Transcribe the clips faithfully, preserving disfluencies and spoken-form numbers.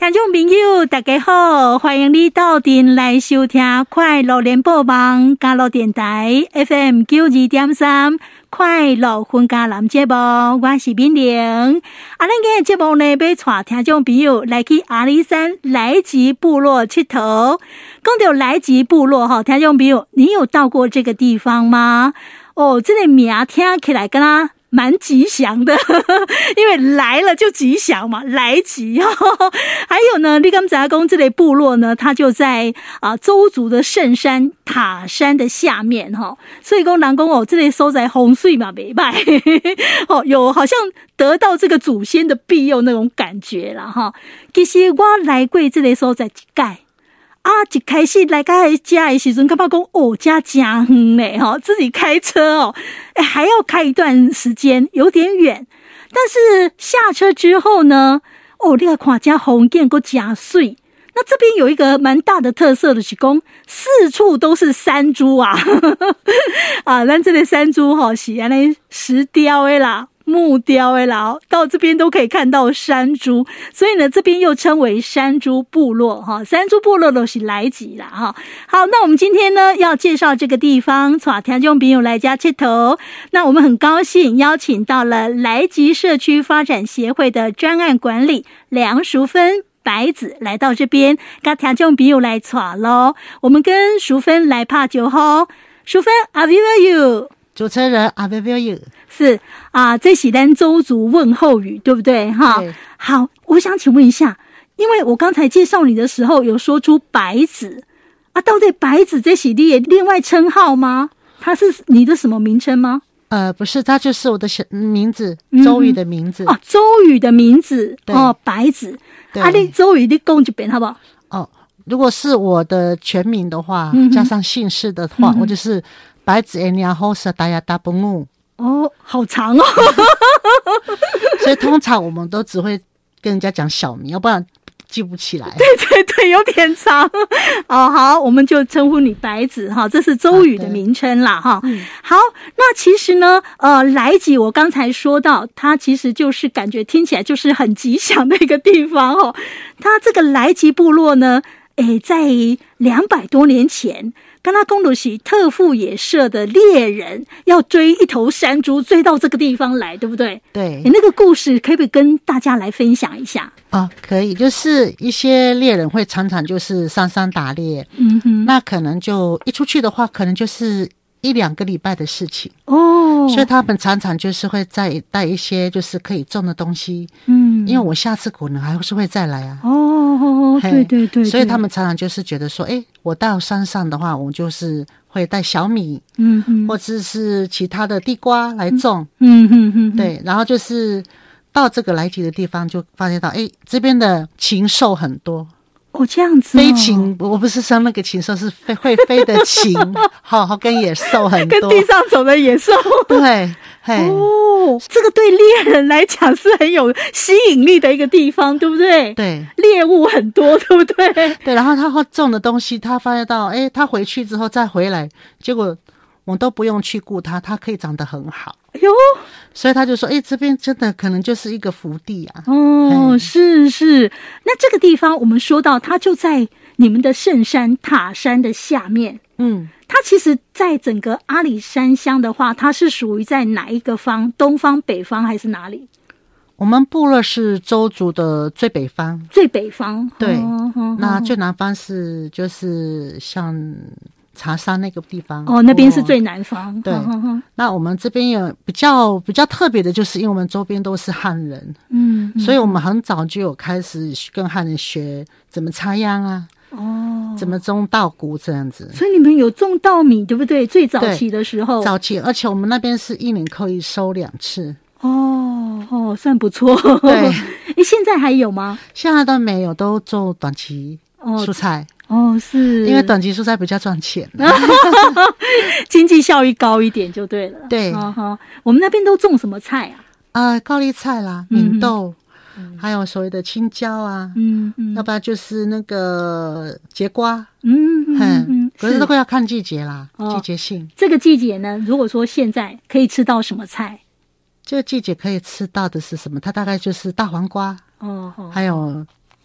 听众朋友大家好，欢迎你到店来收听快乐联播网嘉乐电台 F M 九二点三快乐分家男节目，我是敏玲。啊，咱今日节目呢，要带听众朋友来去阿里山来吉部落佚佗。讲到来吉部落哈，听众朋友，你有到过这个地方吗？哦，这个名听起来跟他蛮吉祥的，因为来了就吉祥嘛，来吉哦。还有呢，你刚才讲这类部落呢，它就在啊邹族的圣山塔山的下面哈，所以讲人讲哦，这类收在风水嘛没败哦，有好像得到这个祖先的庇佑那种感觉啦哈。其实我来过这类收在一届。啊，一开始来到家的时阵，感觉讲哦，家真远嘞哈，自己开车哦，哎，还要开一段时间，有点远。但是下车之后呢，哦，你看看家风景够真水。那这边有一个蛮大的特色的是讲，四处都是山猪啊，啊，咱这里山猪哈是安尼石雕的啦。木雕的啦，到这边都可以看到山猪，所以呢，这边又称为山猪部落哈。山猪部落都是来吉啦哈。好，那我们今天呢要介绍这个地方，带听众朋友来家佚佗。那我们很高兴邀请到了来吉社区发展协会的专案管理梁淑芬白子来到这边，跟听众朋友来带咯。我们跟淑芬来拍酒吼，淑芬 ，How are you？ 主持人 I will you 是啊，这是咱邹族问候语，对不对？哈，好，我想请问一下，因为我刚才介绍你的时候有说出白子啊，到底白子这是你的另外称号吗？它是你的什么名称吗？ 呃，不是，它就是我的名字，邹语的名字。 嗯、哦，邹语的名字哦，白子。啊，你邹语你讲一遍好不好？ 哦，如果是我的全名的话， 嗯、 加上姓氏的话，嗯、我就是。白子诶，娘后是大家大不木哦，好长哦， 所以通常我们都只会跟人家讲小名，要不然记不起来。 对对对，有点长哦。好，我们就称呼你白子哈，这是邹语的名称啦哈、啊嗯。好，那其实呢，呃，来吉我刚才说到，它其实就是感觉听起来就是很吉祥的一个地方哦。它这个来吉部落呢，诶，在两百多年前。跟他公主是特富野社的猎人，要追一头山猪，追到这个地方来，对不对？ 对， 你那个故事可不可以跟大家来分享一下？ 哦，可以，就是一些猎人会常常就是上山打猎，嗯哼，那可能就一出去的话，可能就是一两个礼拜的事情哦，所以他们常常就是会再带一些就是可以种的东西，嗯，因为我下次可能还是会再来啊， 哦，对对 对, 对， 所以他们常常就是觉得说，哎，我到山上的话，我就是会带小米，嗯嗯，或者是其他的地瓜来种，嗯嗯嗯，对，然后就是到这个来吉的地方，就发现到，哎，这边的禽兽很多。 哦，这样子、哦， 飞禽，我不是说那个禽兽，是飞会飞的禽，好好跟野兽很多， 跟地上走的野兽， 对，嘿， 哦，这个对猎人来讲是很有吸引力的一个地方，对不对？ 对，猎物很多，对不对？ 对，然后他会种的东西，他发现到，哎，他回去之后再回来，结果我都不用去顾它，它可以长得很好。哎呦，所以他就说，哎，这边真的可能就是一个福地啊。 哦，是是。那这个地方我们说到，它就在你们的圣山塔山的下面。嗯，它其实在整个阿里山乡的话，它是属于在哪一个方？东方、北方还是哪里？ 我们部落是邹族的最北方。 最北方。 对， 哦哦、 那最南方是就是像茶山那个地方哦，那边是最南方。 对， 呵呵呵， 那我们这边有比较比较特别的，就是因为我们周边都是汉人，嗯，所以我们很早就有开始跟汉人学怎么插秧啊，哦，怎么种稻谷这样子。 所以你们有种稻米，对不对？最早期的时候， 早期，而且我们那边是一年可以收两次。 哦哦，算不错。 对， 诶，现在还有吗？ 现在都没有，都做短期蔬菜。 哦，是因为短期蔬菜比较赚钱， 经济效益高一点就对了。 对， 哦哦、我们那边都种什么菜啊？ 呃，高丽菜啦，敏豆，嗯、还有所谓的青椒啊，嗯嗯，要不然就是那个节瓜，嗯嗯嗯，可是这个要看季节啦，哦、季节性。 这个季节呢，如果说现在可以吃到什么菜？ 这个季节可以吃到的是什么？它大概就是大黄瓜，哦，还有。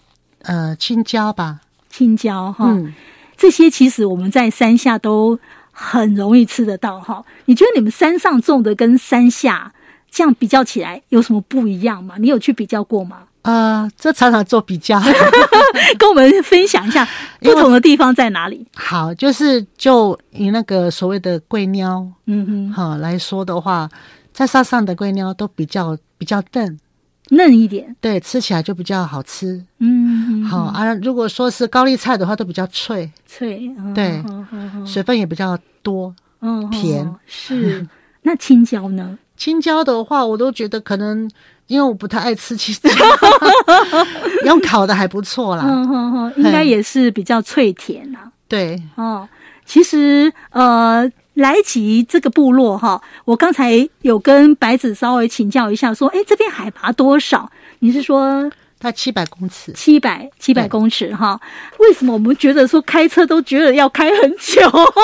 呃青椒吧， 青椒哈、 嗯， 这些其实我们在山下都很容易吃得到哈。你觉得你们山上种的跟山下这样比较起来有什么不一样吗？你有去比较过吗？ 呃，这常常做比较， 跟我们分享一下不同的地方在哪里。 好，就是就以那个所谓的桂鸟， 嗯哼， 好来说的话，在山上的桂鸟都比较比较嫩嫩一点， 对，吃起来就比较好吃。 嗯， 好啊，如果说是高丽菜的话，都比较脆， 脆，嗯、 对、 嗯嗯嗯， 水分也比较多，嗯，甜、嗯。 是，那青椒呢？ 青椒的话，我都觉得可能。因为我不太爱吃青椒，用烤的还不错啦。 嗯哼哼，应该也是比较脆甜啊。 对， 哦，其实呃，来吉这个部落哈，我刚才有跟白子稍微请教一下，说，哎，这边海拔多少？你是说？ 大概七百公尺， 七百七百公尺哈。为什么我们觉得说开车都觉得要开很久？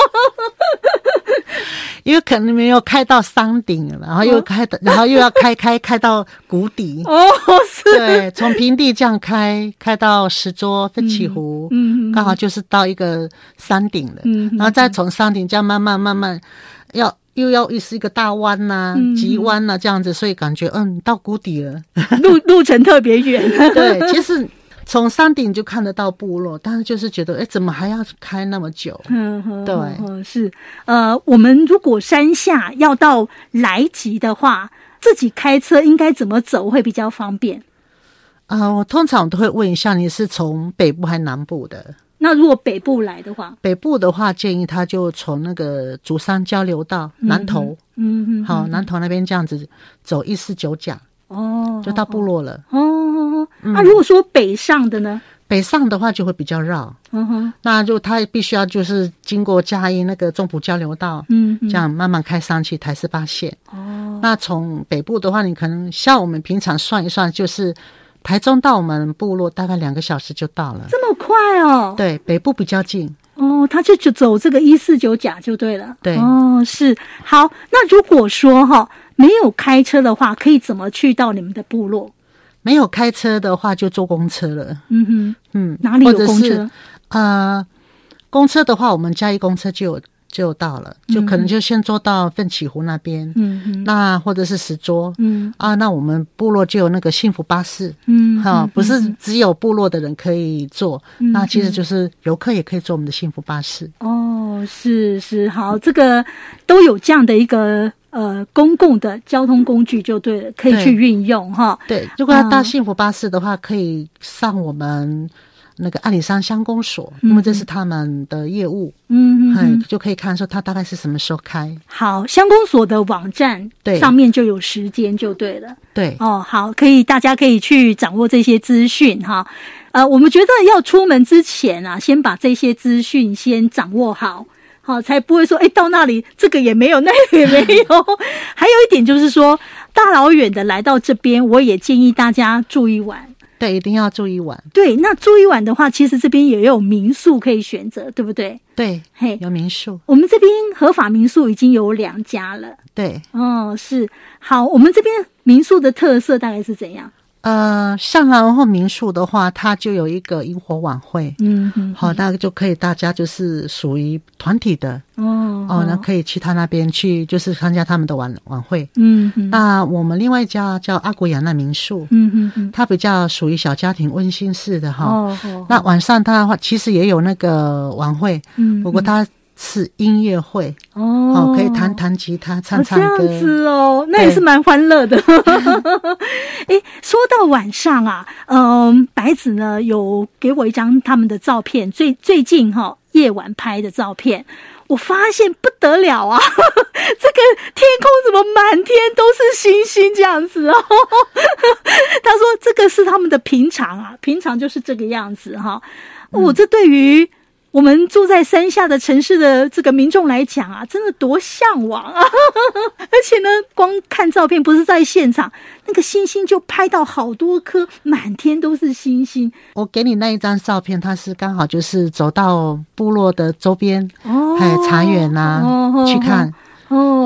因为可能没有开到山顶，然后又开的，哦、然后又要开开开到谷底。 哦，是。 对，从平地这样开开到石桌奋起湖，嗯，刚好就是到一个山顶了。嗯，然后再从山顶这样慢慢慢慢要。又要又是一个大弯呐、啊、急弯呐、啊，这样子，所以感觉嗯到谷底了， 路路程特别远。 对，其实从山顶就看得到部落，但是就是觉得，哎，怎么还要开那么久？嗯，对， 嗯，是，呃，我们如果山下要到来吉的话，自己开车应该怎么走会比较方便？ 啊、呃，我通常都会问一下你是从北部还是南部的。 那如果北部来的话， 北部的话，建议他就从那个竹山交流道、嗯、南投，嗯嗯，好，南投那边这样子走一四九甲，哦，就到部落了。哦， 那、嗯啊、如果说北上的呢？ 北上的话就会比较绕，嗯哼，那就他必须要就是经过嘉义那个中埔交流道，嗯，这样慢慢开上去台十八线。哦，那从北部的话，你可能像我们平常算一算，就是台中到我们部落大概两个小时就到了， 这么快哦？ 对，北部比较近。 哦，他就就走这个一四九甲就对了。 对， 哦，是。好，那如果说哈没有开车的话，可以怎么去到你们的部落？ 没有开车的话，就坐公车了。嗯哼，嗯， 哪里有公车？ 呃，公车的话，我们嘉义公车就有就到了，就可能就先坐到奋起湖那边。嗯哼，那或者是石桌。嗯啊，那我们部落就有那个幸福巴士。嗯，哈、哦，不是只有部落的人可以坐，嗯、那其实就是游客也可以坐我们的幸福巴士。 哦，是是，好，这个都有这样的一个。呃，公共的交通工具就对了，可以去运用哈。 对，如果要搭幸福巴士的话，嗯、可以上我们那个阿里山乡公所，嗯、因为这是他们的业务，嗯，嗯就可以看说他大概是什么时候开。 好，乡公所的网站对上面就有时间就对了。 对， 哦，好，可以，大家可以去掌握这些资讯哈。呃，我们觉得要出门之前啊，先把这些资讯先掌握好。好，才不会说，哎，到那里这个也没有，那个也没有。还有一点就是说，大老远的来到这边，我也建议大家住一晚。 对，一定要住一晚。 对，那住一晚的话，其实这边也有民宿可以选择，对不对？ 对，嘿，有民宿。 我们这边合法民宿已经有两家了。 对， 哦，是。好，我们这边民宿的特色大概是怎样？ 呃，像然后民宿的话，它就有一个萤火晚会，嗯嗯，好，那就可以大家就是属于团体的哦哦，那可以去他那边去，就是参加他们的晚晚会，嗯嗯。那我们另外一家叫阿古雅那民宿，嗯嗯嗯，它比较属于小家庭温馨式的哈，哦哦。那晚上它的话，其实也有那个晚会，嗯，不过它是音乐会哦, 哦，可以弹弹吉他、唱唱歌， 哦、这样子哦，那也是蛮欢乐的。哎，说到晚上啊，嗯，白子呢有给我一张他们的照片，最最近哈、哦、夜晚拍的照片，我发现不得了啊，这个天空怎么满天都是星星这样子哦？他说这个是他们的平常啊，平常就是这个样子哈。我、哦、这对于我们住在山下的城市的这个民众来讲啊，真的多向往啊！而且呢，光看照片不是在现场，那个星星就拍到好多颗，满天都是星星。 我给你那一张照片，它是刚好就是走到部落的周边，哦，还有茶园啊，哦，去看。 哦，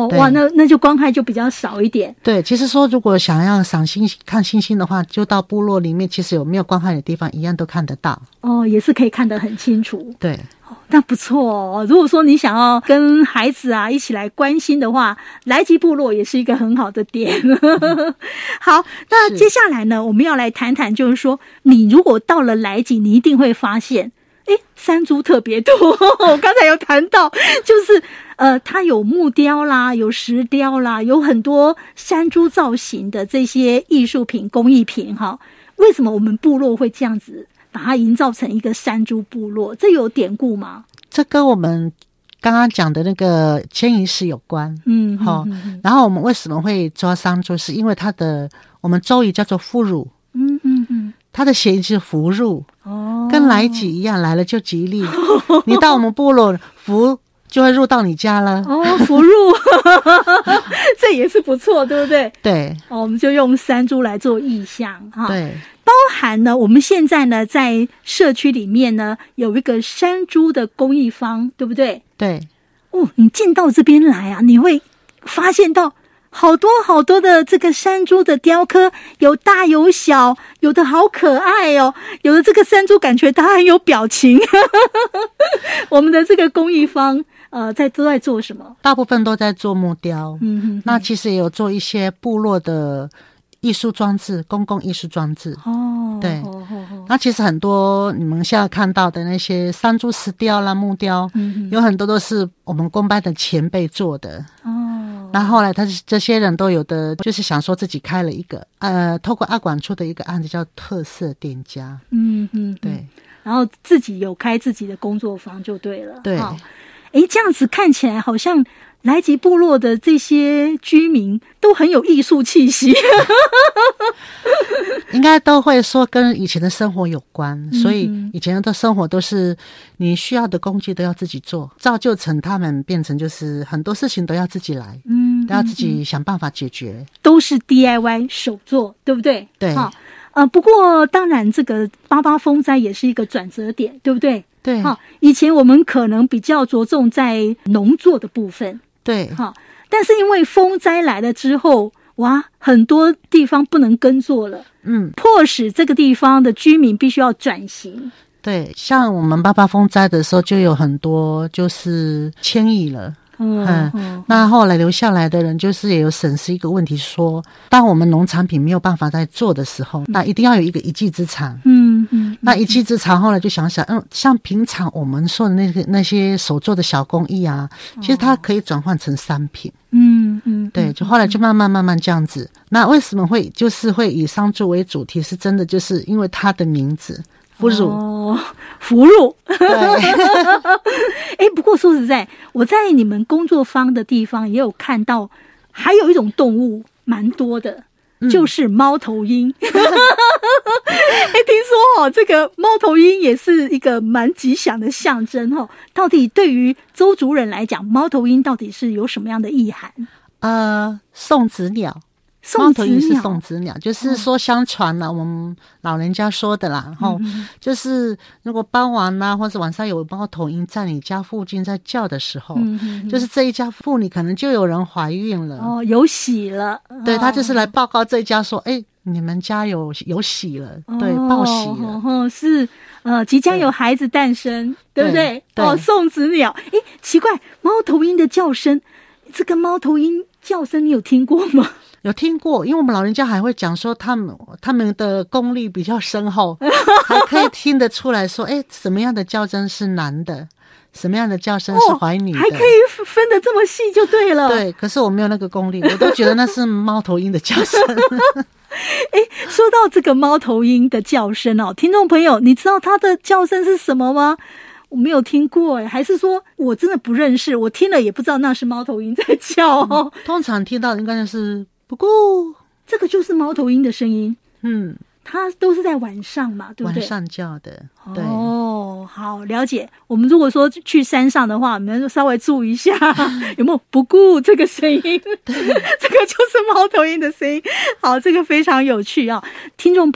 哦，哇，那那就光害就比较少一点。 对，其实说如果想要赏星看星星的话，就到部落里面，其实有没有光害的地方一样都看得到。 哦，也是可以看得很清楚。 对， 哦，那不错哦。如果说你想要跟孩子啊一起来关心的话，来吉部落也是一个很好的点。好，那接下来呢，我们要来谈谈，就是说，你如果到了来吉，你一定会发现，诶，山猪特别多。我刚才有谈到，就是呃，它有木雕啦，有石雕啦，有很多山猪造型的这些艺术品、工艺品哈。为什么我们部落会这样子把它营造成一个山猪部落？这有典故吗？ 这跟我们刚刚讲的那个迁移史有关。 嗯， 好、哦嗯， 然后我们为什么会抓山猪？是因为它的我们周语叫做俘虏。 嗯嗯嗯， 它的谐音是福入。 哦， 跟来吉一样，来了就吉利。你到我们部落，福就会入到你家了。 哦，福入，这也是不错，对不对？ 对， 哦，我们就用山猪来做意象哈。 对， 包含呢，我们现在呢在社区里面呢有一个山猪的工艺坊，对不对？ 对。 哦，你进到这边来啊，你会发现到好多好多的这个山猪的雕刻，有大有小，有的好可爱哦，有的这个山猪感觉它很有表情。我们的这个工艺坊呃，在都在做什么？ 大部分都在做木雕。 嗯哼哼， 那其实也有做一些部落的艺术装置，公共艺术装置。 哦， 对。 哦哦哦， 那其实很多你们现在看到的那些山猪石雕啦、木雕，嗯，有很多都是我们公班的前辈做的。 哦， 那后来他这些人都有的就是想说自己开了一个呃，透过阿管处的一个案子叫特色店家。 嗯嗯， 对， 然后自己有开自己的工作坊就对了。 对， 哎，这样子看起来好像来吉部落的这些居民都很有艺术气息。 应该都会说跟以前的生活有关， 嗯， 所以以前的生活都是你需要的工具都要自己做，造就成他们变成就是很多事情都要自己来，嗯，都要自己想办法解决， 都是 D I Y 手做，对不对？ 对。 好，呃，不过当然这个八八风灾也是一个转折点，对不对？ 对。 好，以前我们可能比较着重在农作的部分， 对。 好，但是因为风灾来了之后，哇，很多地方不能耕作了，嗯，迫使这个地方的居民必须要转型。 对，像我们八八风灾的时候，就有很多就是迁移了。嗯, 嗯, 嗯，那后来留下来的人就是也有审视一个问题说，当我们农产品没有办法在做的时候，那一定要有一个一技之长。嗯嗯，那一技之长后来就想想，嗯，像平常我们说的那个那些手做的小工艺啊，其实它可以转换成商品。嗯嗯，对，就后来就慢慢慢慢这样子。那为什么会就是会以商猪为主题？是真的就是因为它的名字。俘虏， 哦，俘虏。哎，不过说实在，我在你们工作坊的地方也有看到，还有一种动物蛮多的，嗯，就是猫头鹰。哎，听说哦，这个猫头鹰也是一个蛮吉祥的象征哦。到底对于邹族人来讲，猫头鹰到底是有什么样的意涵？ 呃，送子鸟。猫头鹰是送子鸟，就是说相传啦，我们老人家说的啦，然后、嗯、就是如果傍晚啊，或者晚上有猫头鹰在你家附近在叫的时候，嗯、就是这一家妇女可能就有人怀孕了， 哦，有喜了， 对，他就是来报告这一家说，哎、欸，你们家有有喜了，对，报喜了， 哦，是呃，即将有孩子诞生， 对, 对不对？ 对哦，送子鸟，哎，奇怪，猫头鹰的叫声，这个猫头鹰叫声你有听过吗？ 有听过，因为我们老人家还会讲说他们他们的功力比较深厚，还可以听得出来说，哎，什么样的叫声是男的，什么样的叫声是怀女的、哦、 还可以分得这么细就对了。 对，可是我没有那个功力，我都觉得那是猫头鹰的叫声。 哎，说到这个猫头鹰的叫声哦，听众朋友，你知道它的叫声是什么吗？我没有听过哎，还是说我真的不认识？我听了也不知道那是猫头鹰在叫哦。 嗯、通常听到的应该就是不过， 这个就是猫头鹰的声音。嗯，它都是在晚上嘛，对不对？ 晚上叫的。对。 哦，好，了解。我们如果说去山上的话，我们就稍微注意一下有没有不顾这个声音。对，这个就是猫头鹰的声音。好，这个非常有趣啊！听众朋友，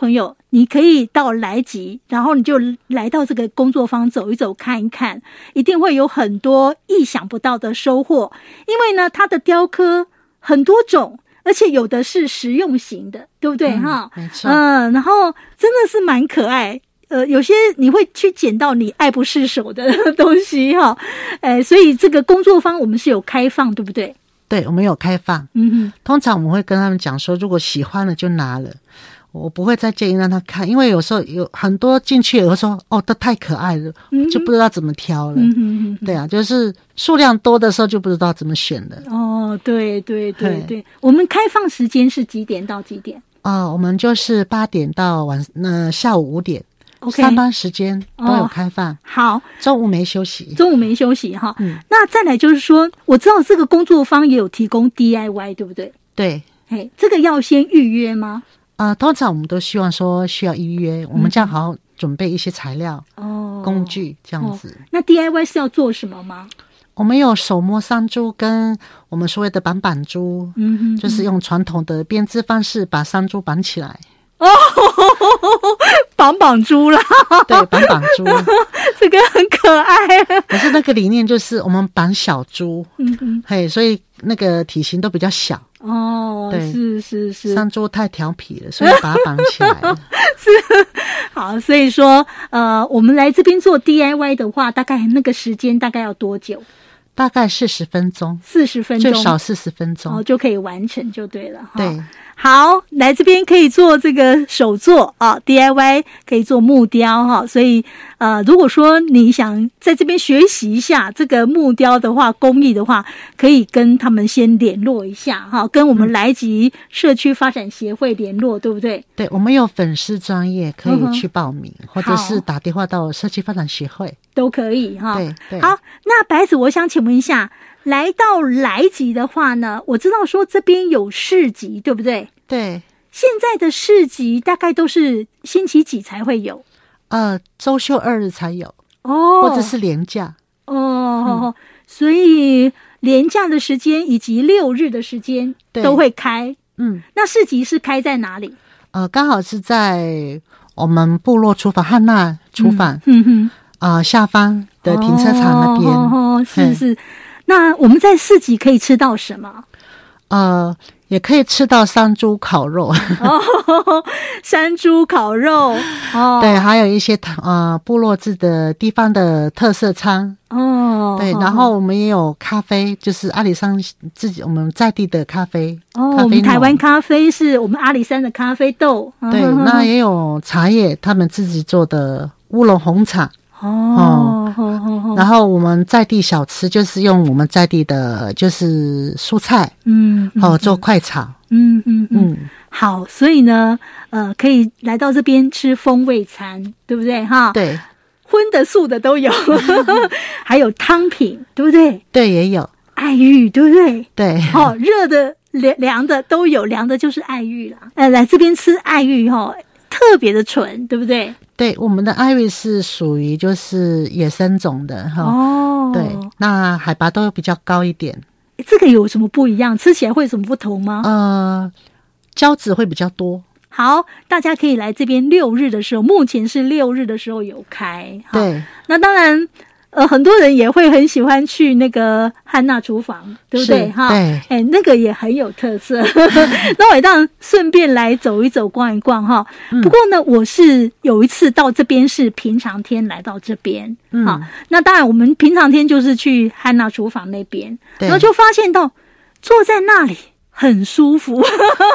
你可以到来吉，然后你就来到这个工作坊走一走看一看，一定会有很多意想不到的收获。因为呢它的雕刻很多种，而且有的是实用型的，对不对哈、 嗯？没错。 嗯，然后真的是蛮可爱。呃，有些你会去捡到你爱不释手的东西哈，哎，所以这个工作坊我们是有开放，对不对？ 对，我们有开放。 嗯哼， 通常我们会跟他们讲说，如果喜欢了就拿了，我不会再建议让他看，因为有时候有很多进去有时候哦，都太可爱了，嗯、就不知道怎么挑了。嗯哼哼，对啊，就是数量多的时候就不知道怎么选了。 哦，对对对对，我们开放时间是几点到几点？ 哦，我们就是八点到晚呃下午五点。 Okay, 上班时间都有开放、哦、 好， 中午没休息， 中午没休息哈。 嗯， 那再来就是说，我知道这个工作坊也有提供 D I Y， 对不对？ 对， 嘿，这个要先预约吗？ 呃，通常我们都希望说需要预约，嗯、我们这样好好准备一些材料、哦、工具这样子、哦。 那 D I Y 是要做什么吗？ 我们有手磨山猪跟我们所谓的板板猪，嗯哼，就是用传统的编织方式把山猪绑起来。 哦，绑绑猪啦， 对，绑绑猪， 这个很可爱。 可是那个理念就是我们绑小猪， 嗯哼， 嘿，所以那个体型都比较小。 哦，对，是是是， 山猪太调皮了，所以把它绑起来了。 是，好，所以说，呃，我们来这边做 D I Y 的话，大概那个时间大概要多久？ 大概四十分钟， 四十分钟， 最少四十分钟， 哦，就可以完成就对了。 对。 好，来这边可以做这个手作啊 ，D I Y 可以做木雕哈，所以呃，如果说你想在这边学习一下这个木雕的话，工艺的话，可以跟他们先联络一下哈，跟我们来吉社区发展协会联络，对不对？ 对，我们有粉丝专业可以去报名，嗯、或者是打电话到社区发展协会都可以哈。 对对。 好，那白子，我想请问一下。来到来吉的话呢，我知道说这边有市集，对不对？ 对。 现在的市集大概都是星期几才会有？ 呃，周休二日才有哦， 或者是连假哦、嗯。所以连假的时间以及六日的时间都会开。嗯，那市集是开在哪里？ 呃，刚好是在我们部落厨房汉娜厨房， 嗯哼， 呃，下方的停车场那边。 哦，是是。那我们在市集可以吃到什么？ 呃，也可以吃到山猪烤肉哦，山猪烤肉哦， 对，还有一些呃部落制的地方的特色餐哦，对，然后我们也有咖啡，就是阿里山自己我们在地的咖啡哦， 咖啡我们台湾咖啡是我们阿里山的咖啡豆， 对，嗯、那也有茶叶，他们自己做的乌龙红茶。 哦、嗯， 然后我们在地小吃就是用我们在地的，就是蔬菜，嗯，哦，做快炒， 嗯嗯嗯，好，所以呢，呃，可以来到这边吃风味餐，对不对？哈， 对， 荤的素的都有，还有汤品，对不对？ 对，也有爱玉，对不对？ 对， 哦，热的、凉凉的都有，凉的就是爱玉啦。呃，来这边吃爱玉，哈、哦，特别的纯，对不对？ 对，我们的爱玉是属于就是野生种的哈，哦，对，那海拔都比较高一点。 这个有什么不一样？吃起来会有什么不同吗？ 呃，胶质会比较多。 好，大家可以来这边六日的时候，目前是六日的时候有开。 对， 那当然。呃，很多人也会很喜欢去那个汉娜厨房，对不对？哈， 对， 哎，那个也很有特色。那我也当然顺便来走一走、逛一逛哈。嗯、不过呢，我是有一次到这边是平常天来到这边，嗯，好，那当然我们平常天就是去汉娜厨房那边，然后就发现到坐在那里很舒服，因为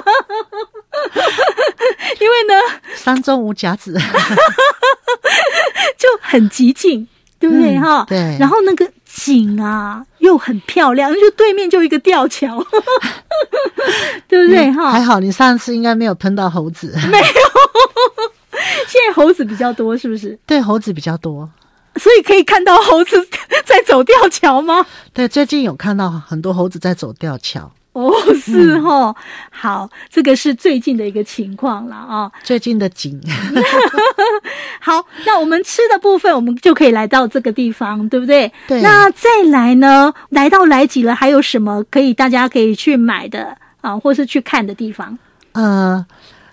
呢， 山中无甲子， 就很极静。对不对哈、 嗯？对。 然后那个景啊又很漂亮，就对面就一个吊桥，对不对哈？ 还好你上次应该没有碰到猴子， 没有。现在猴子比较多，是不是？ 对，猴子比较多， 所以可以看到猴子在走吊桥吗？ 对，最近有看到很多猴子在走吊桥。 哦，是哦、嗯，好，这个是最近的一个情况了啊、哦， 最近的景。 好，那我们吃的部分，我们就可以来到这个地方，对不对？ 对。 那再来呢，来到来吉了，还有什么可以大家可以去买的啊，或是去看的地方？ 呃，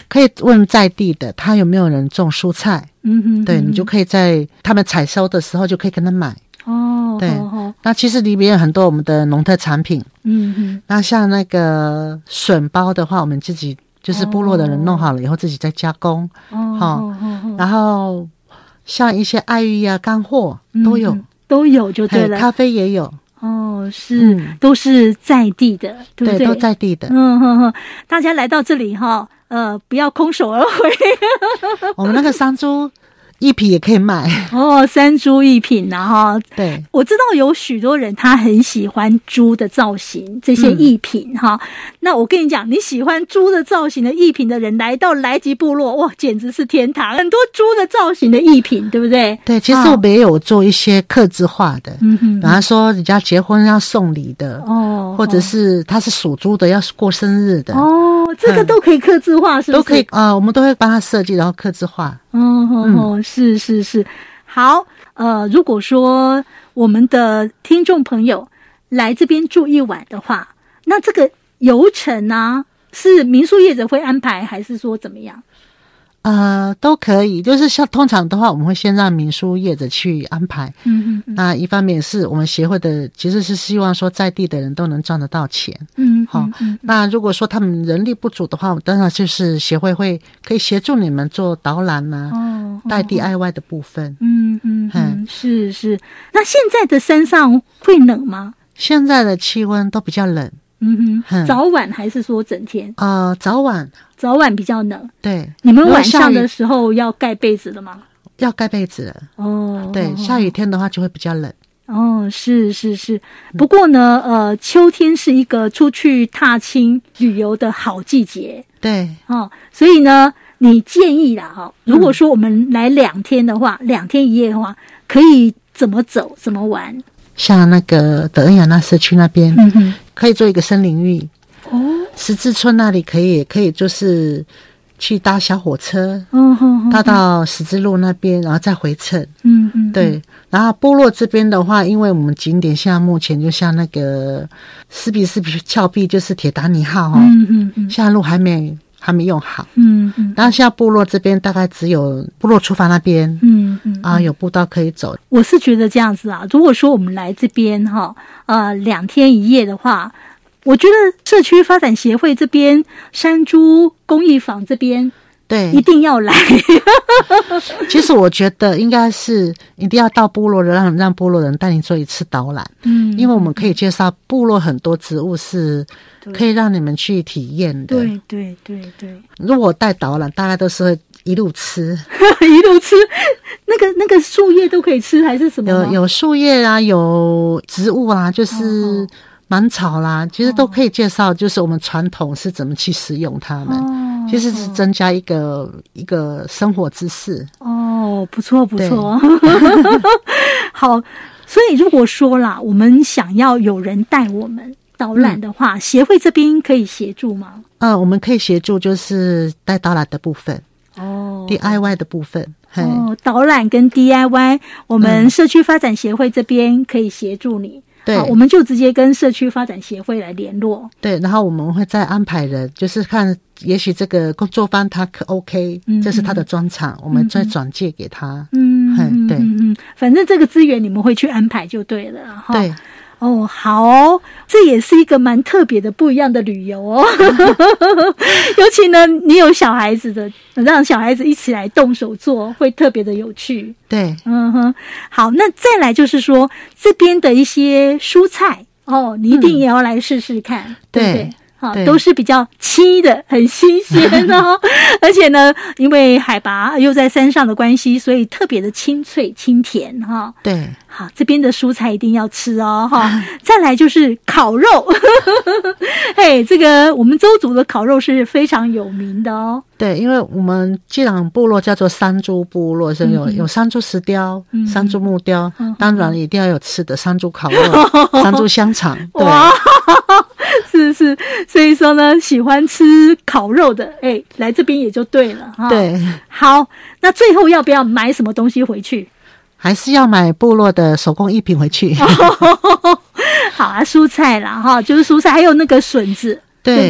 可以问在地的他有没有人种蔬菜， 嗯哼， 对，你就可以在他们采收的时候就可以跟他买。哦，对，哦哦，那其实里面有很多我们的农特产品，嗯哼，那像那个笋包的话，我们自己就是部落的人弄好了以后自己再加工，哦，哦哦，然后像一些爱玉啊干货都有，嗯，都有就对了，咖啡也有。哦，是，嗯，都是在地的，对不对？对，都在地的。嗯哼哼，大家来到这里哈，呃，不要空手而回。我们那个山猪一品也可以卖哦，山猪一品然后对，我知道有许多人他很喜欢猪的造型，这些艺品哈，嗯。那我跟你讲，你喜欢猪的造型的艺品的人来到来吉部落，哇，简直是天堂！很多猪的造型的艺品，对不对？对，其实我们也有做一些客制化的，嗯哼，比方说人家结婚要送礼的哦，或者是他是属猪的要过生日的哦，这个都可以客制化，是不是？都可以啊，呃，我们都会帮他设计，然后客制化。哦哦哦，是是是，好，呃，如果说我们的听众朋友来这边住一晚的话，那这个游程啊，是民宿业者会安排，还是说怎么样？呃，都可以，就是像通常的话，我们会先让民宿业者去安排。嗯嗯，那一方面是我们协会的，其实是希望说在地的人都能赚得到钱。嗯，好，嗯，那如果说他们人力不足的话，当然就是协会会可以协助你们做导览啊，哦，带 D I Y 的部分。嗯嗯嗯，是是。那现在的山上会冷吗？现在的气温都比较冷。嗯哼，早晚还是说整天？呃，早晚，早晚比较冷。对，你们晚上的时候要盖被子了吗？要盖被子了。哦，对，下雨天的话就会比较冷。哦，是是是。不过呢，呃，秋天是一个出去踏青旅游的好季节。对，哦，所以呢，你建议啦，哈，如果说我们来两天的话，两天一夜的话，可以怎么走，怎么玩？像那个德恩雅纳社区那边，嗯哼，可以做一个森林浴。哦，十字村那里可以，可以就是去搭小火车，嗯哼，搭到十字路那边，然后再回程。嗯嗯，对。然后部落这边的话，因为我们景点现在目前就像那个斯比斯比峭壁，就是铁达尼号哦，嗯嗯嗯，现在路还没还没用好。嗯嗯，然后现在部落这边大概只有部落出发那边，嗯嗯啊有步道可以走。我是觉得这样子啊，如果说我们来这边哈，呃两天一夜的话，我觉得社区发展协会这边山猪公益坊这边，对，一定要来。其实我觉得应该是一定要到部落的，让让部落人带你做一次导览。嗯，因为我们可以介绍部落很多植物是可以让你们去体验的。对对对对。如果带导览，大家都是会一路吃，一路吃。那个那个树叶都可以吃，还是什么？有有树叶啊，有植物啊，就是。哦芒草啦，其实都可以介绍，就是我们传统是怎么去使用它们，哦，其实是增加一个一个生活知识。哦，不错不错。好，所以如果说啦，我们想要有人带我们导览的话，嗯，协会这边可以协助吗？呃，我们可以协助，就是带导览的部分。哦 ，D I Y 的部分。哦，导览跟 D I Y， 我们社区发展协会这边可以协助你。对，我们就直接跟社区发展协会来联络。对，然后我们会再安排人，就是看，也许这个工作方他可 OK，嗯，这是他的专长，嗯，我们再转介给他。嗯，对，嗯，反正这个资源你们会去安排就对了。对。哦，好哦，这也是一个蛮特别的不一样的旅游哦。尤其呢，你有小孩子的，让小孩子一起来动手做，会特别的有趣。对，嗯哼。好，那再来就是说这边的一些蔬菜哦，你一定也要来试试看，嗯，对不对？好，都是比较轻的，很新鲜哦。而且呢，因为海拔又在山上的关系，所以特别的清脆清甜哈。对，好，这边的蔬菜一定要吃哦哈。再来就是烤肉，嘿，这个我们邹族的烤肉是非常有名的哦。对，因为我们基朗部落叫做山猪部落，所以有有山猪石雕、嗯、山猪木雕，嗯，当然一定要有吃的山猪烤肉、山猪香肠。对。是是，所以说呢，喜欢吃烤肉的，哎，来这边也就对了哈。对，好，那最后要不要买什么东西回去？还是要买部落的手工艺品回去。好啊，蔬菜啦哈，就是蔬菜，还有那个笋子，对不对？对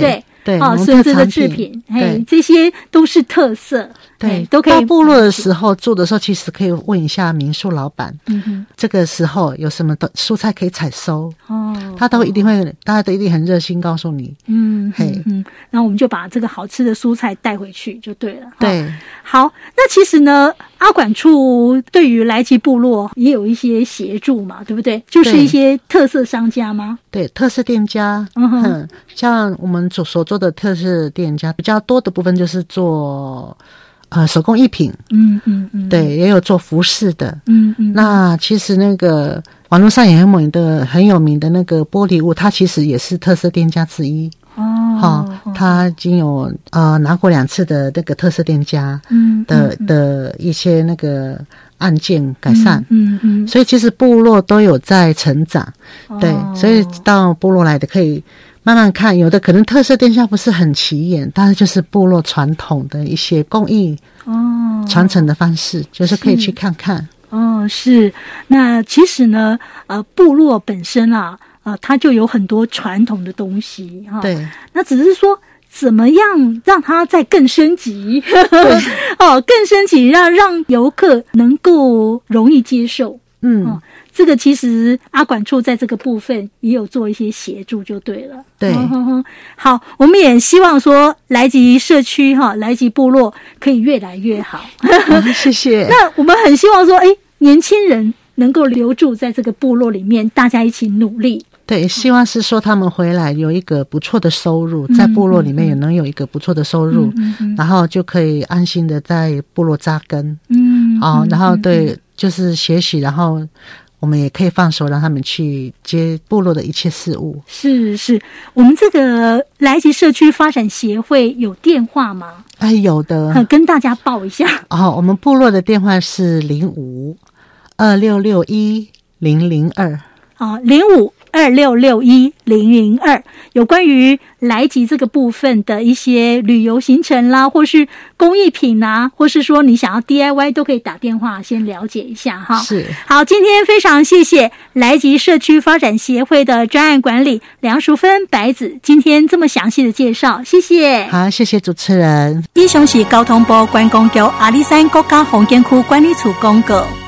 对， 哦，笋子的制品，哎，这些都是特色。 对， 都可以。 到部落的时候住的时候，其实可以问一下民宿老板，嗯哼，这个时候有什么的蔬菜可以采收哦，他都一定会，大家都一定很热心告诉你，嗯，嘿， 嗯，然后我们就把这个好吃的蔬菜带回去就对了。 对， 好，那其实呢，阿管处对于来吉部落也有一些协助嘛，对不对？就是一些特色商家吗？ 对，特色店家，嗯哼，像我们所所做的特色店家比较多的部分就是做。呃，手工艺品，嗯嗯嗯，对，也有做服饰的，嗯嗯。那其实那个网络上也很有名的、很有名的那个玻璃屋，它其实也是特色店家之一。哦，好、哦，它已经有呃拿过两次的那个特色店家，嗯的嗯的一些那个案件改善，嗯 嗯, 嗯，所以其实部落都有在成长，哦、对，所以到部落来的可以。慢慢看，有的可能特色店家不是很起眼，但是就是部落传统的一些工艺哦传承的方式，就是可以去看看。 哦，是。那其实呢，呃，部落本身啊，呃，它就有很多传统的东西哈。 对。 那只是说，怎么样让它再更升级？哦，更升级，让让游客能够容易接受。嗯。哦，这个其实阿管处在这个部分也有做一些协助就对了。 对， 好，我们也希望说来吉社区哈，来吉部落可以越来越好。 哦、谢谢。 那我们很希望说，哎，年轻人能够留住在这个部落里面，大家一起努力。 对，希望是说他们回来有一个不错的收入，在部落里面也能有一个不错的收入，嗯嗯嗯、然后就可以安心的在部落扎根。嗯，哦，然后对，就是学习，然后。我们也可以放手让他们去接部落的一切事物。 是是，我们这个来吉社区发展协会有电话吗？ 哎，有的， 跟大家报一下。 哦，我们部落的电话是零五二六六一零零二。 哦，零五二六六一零零二，有关于来吉这个部分的一些旅游行程啦，或是工艺品啊，或是说你想要 D I Y 都可以打电话先了解一下哈。 是， 好，今天非常谢谢来吉社区发展协会的专案管理梁淑芬白子今天这么详细的介绍，谢谢。 好，谢谢主持人。 以上是交通部观光局阿里山国家风景区管理处公告。